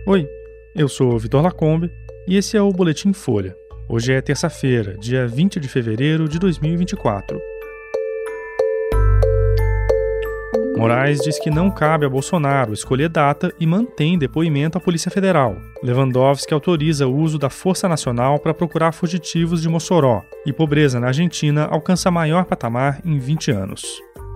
Oi, eu sou Vitor Lacombe e esse é o Boletim Folha. Hoje é terça-feira, dia 20 de fevereiro de 2024. Moraes diz que não cabe a Bolsonaro escolher data e mantém depoimento à Polícia Federal. Lewandowski autoriza o uso da Força Nacional para procurar fugitivos de Mossoró. E pobreza na Argentina alcança maior patamar em 20 anos.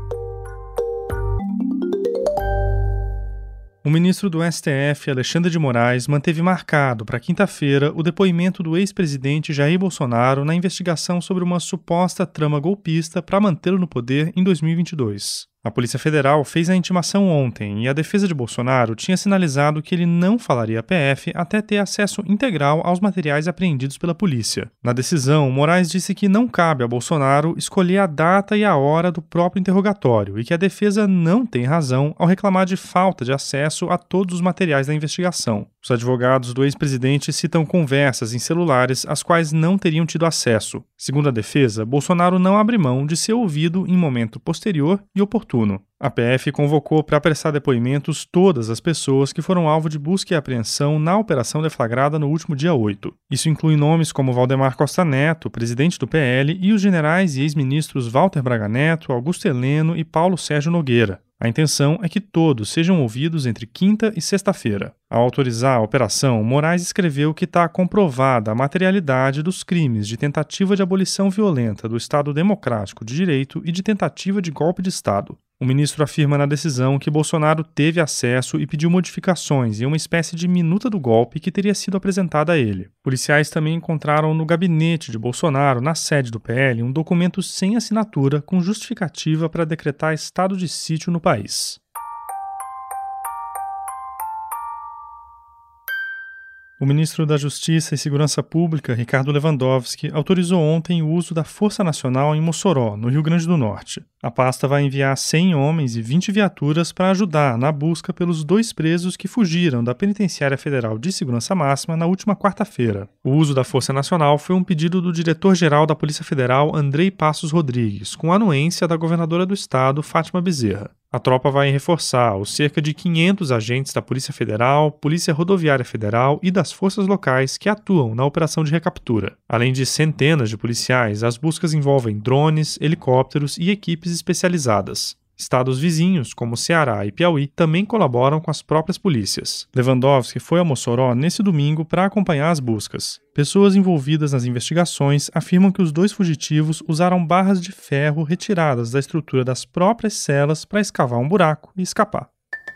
O ministro do STF, Alexandre de Moraes, manteve marcado para quinta-feira o depoimento do ex-presidente Jair Bolsonaro na investigação sobre uma suposta trama golpista para mantê-lo no poder em 2022. A Polícia Federal fez a intimação ontem e a defesa de Bolsonaro tinha sinalizado que ele não falaria à PF até ter acesso integral aos materiais apreendidos pela polícia. Na decisão, Moraes disse que não cabe a Bolsonaro escolher a data e a hora do próprio interrogatório e que a defesa não tem razão ao reclamar de falta de acesso a todos os materiais da investigação. Os advogados do ex-presidente citam conversas em celulares às quais não teriam tido acesso. Segundo a defesa, Bolsonaro não abre mão de ser ouvido em momento posterior e oportuno. A PF convocou para prestar depoimentos todas as pessoas que foram alvo de busca e apreensão na operação deflagrada no último dia 8. Isso inclui nomes como Valdemar Costa Neto, presidente do PL, e os generais e ex-ministros Walter Braga Neto, Augusto Heleno e Paulo Sérgio Nogueira. A intenção é que todos sejam ouvidos entre quinta e sexta-feira. Ao autorizar a operação, Moraes escreveu que está comprovada a materialidade dos crimes de tentativa de abolição violenta do Estado Democrático de Direito e de tentativa de golpe de Estado. O ministro afirma na decisão que Bolsonaro teve acesso e pediu modificações em uma espécie de minuta do golpe que teria sido apresentada a ele. Policiais também encontraram no gabinete de Bolsonaro, na sede do PL, um documento sem assinatura com justificativa para decretar estado de sítio no país. O ministro da Justiça e Segurança Pública, Ricardo Lewandowski, autorizou ontem o uso da Força Nacional em Mossoró, no Rio Grande do Norte. A pasta vai enviar 100 homens e 20 viaturas para ajudar na busca pelos 2 presos que fugiram da Penitenciária Federal de Segurança Máxima na última quarta-feira. O uso da Força Nacional foi um pedido do diretor-geral da Polícia Federal, Andrei Passos Rodrigues, com anuência da governadora do estado, Fátima Bezerra. A tropa vai reforçar os cerca de 500 agentes da Polícia Federal, Polícia Rodoviária Federal e das forças locais que atuam na operação de recaptura. Além de centenas de policiais, as buscas envolvem drones, helicópteros e equipes especializadas. Estados vizinhos, como Ceará e Piauí, também colaboram com as próprias polícias. Lewandowski foi a Mossoró nesse domingo para acompanhar as buscas. Pessoas envolvidas nas investigações afirmam que os 2 fugitivos usaram barras de ferro retiradas da estrutura das próprias celas para escavar um buraco e escapar.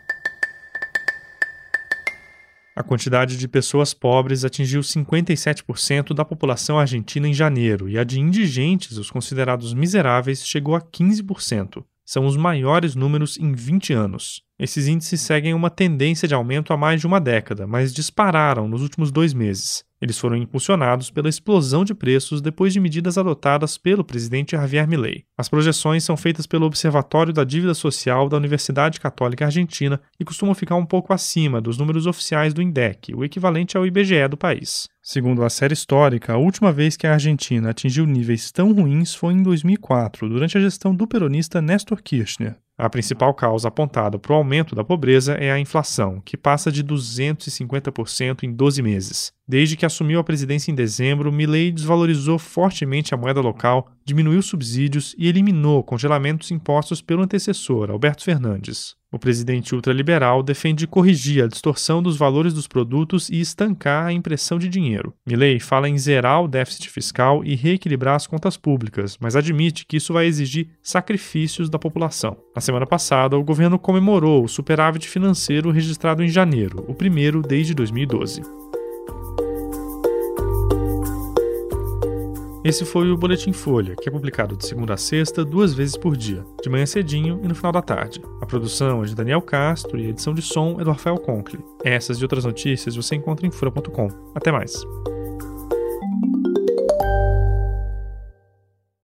A quantidade de pessoas pobres atingiu 57% da população argentina em janeiro e a de indigentes, os considerados miseráveis, chegou a 15%. São os maiores números em 20 anos. Esses índices seguem uma tendência de aumento há mais de uma década, mas dispararam nos últimos 2 meses. Eles foram impulsionados pela explosão de preços depois de medidas adotadas pelo presidente Javier Milei. As projeções são feitas pelo Observatório da Dívida Social da Universidade Católica Argentina e costumam ficar um pouco acima dos números oficiais do INDEC, o equivalente ao IBGE do país. Segundo a série histórica, a última vez que a Argentina atingiu níveis tão ruins foi em 2004, durante a gestão do peronista Néstor Kirchner. A principal causa apontada para o aumento da pobreza é a inflação, que passa de 250% em 12 meses. Desde que assumiu a presidência em dezembro, Milei desvalorizou fortemente a moeda local, diminuiu subsídios e eliminou congelamentos impostos pelo antecessor, Alberto Fernandes. O presidente ultraliberal defende corrigir a distorção dos valores dos produtos e estancar a impressão de dinheiro. Milei fala em zerar o déficit fiscal e reequilibrar as contas públicas, mas admite que isso vai exigir sacrifícios da população. Na semana passada, o governo comemorou o superávit financeiro registrado em janeiro, o primeiro desde 2012. Esse foi o Boletim Folha, que é publicado de segunda a sexta, 2 vezes por dia, de manhã cedinho e no final da tarde. A produção é de Daniel Castro e a edição de som é do Rafael Conkle. Essas e outras notícias você encontra em folha.com. Até mais.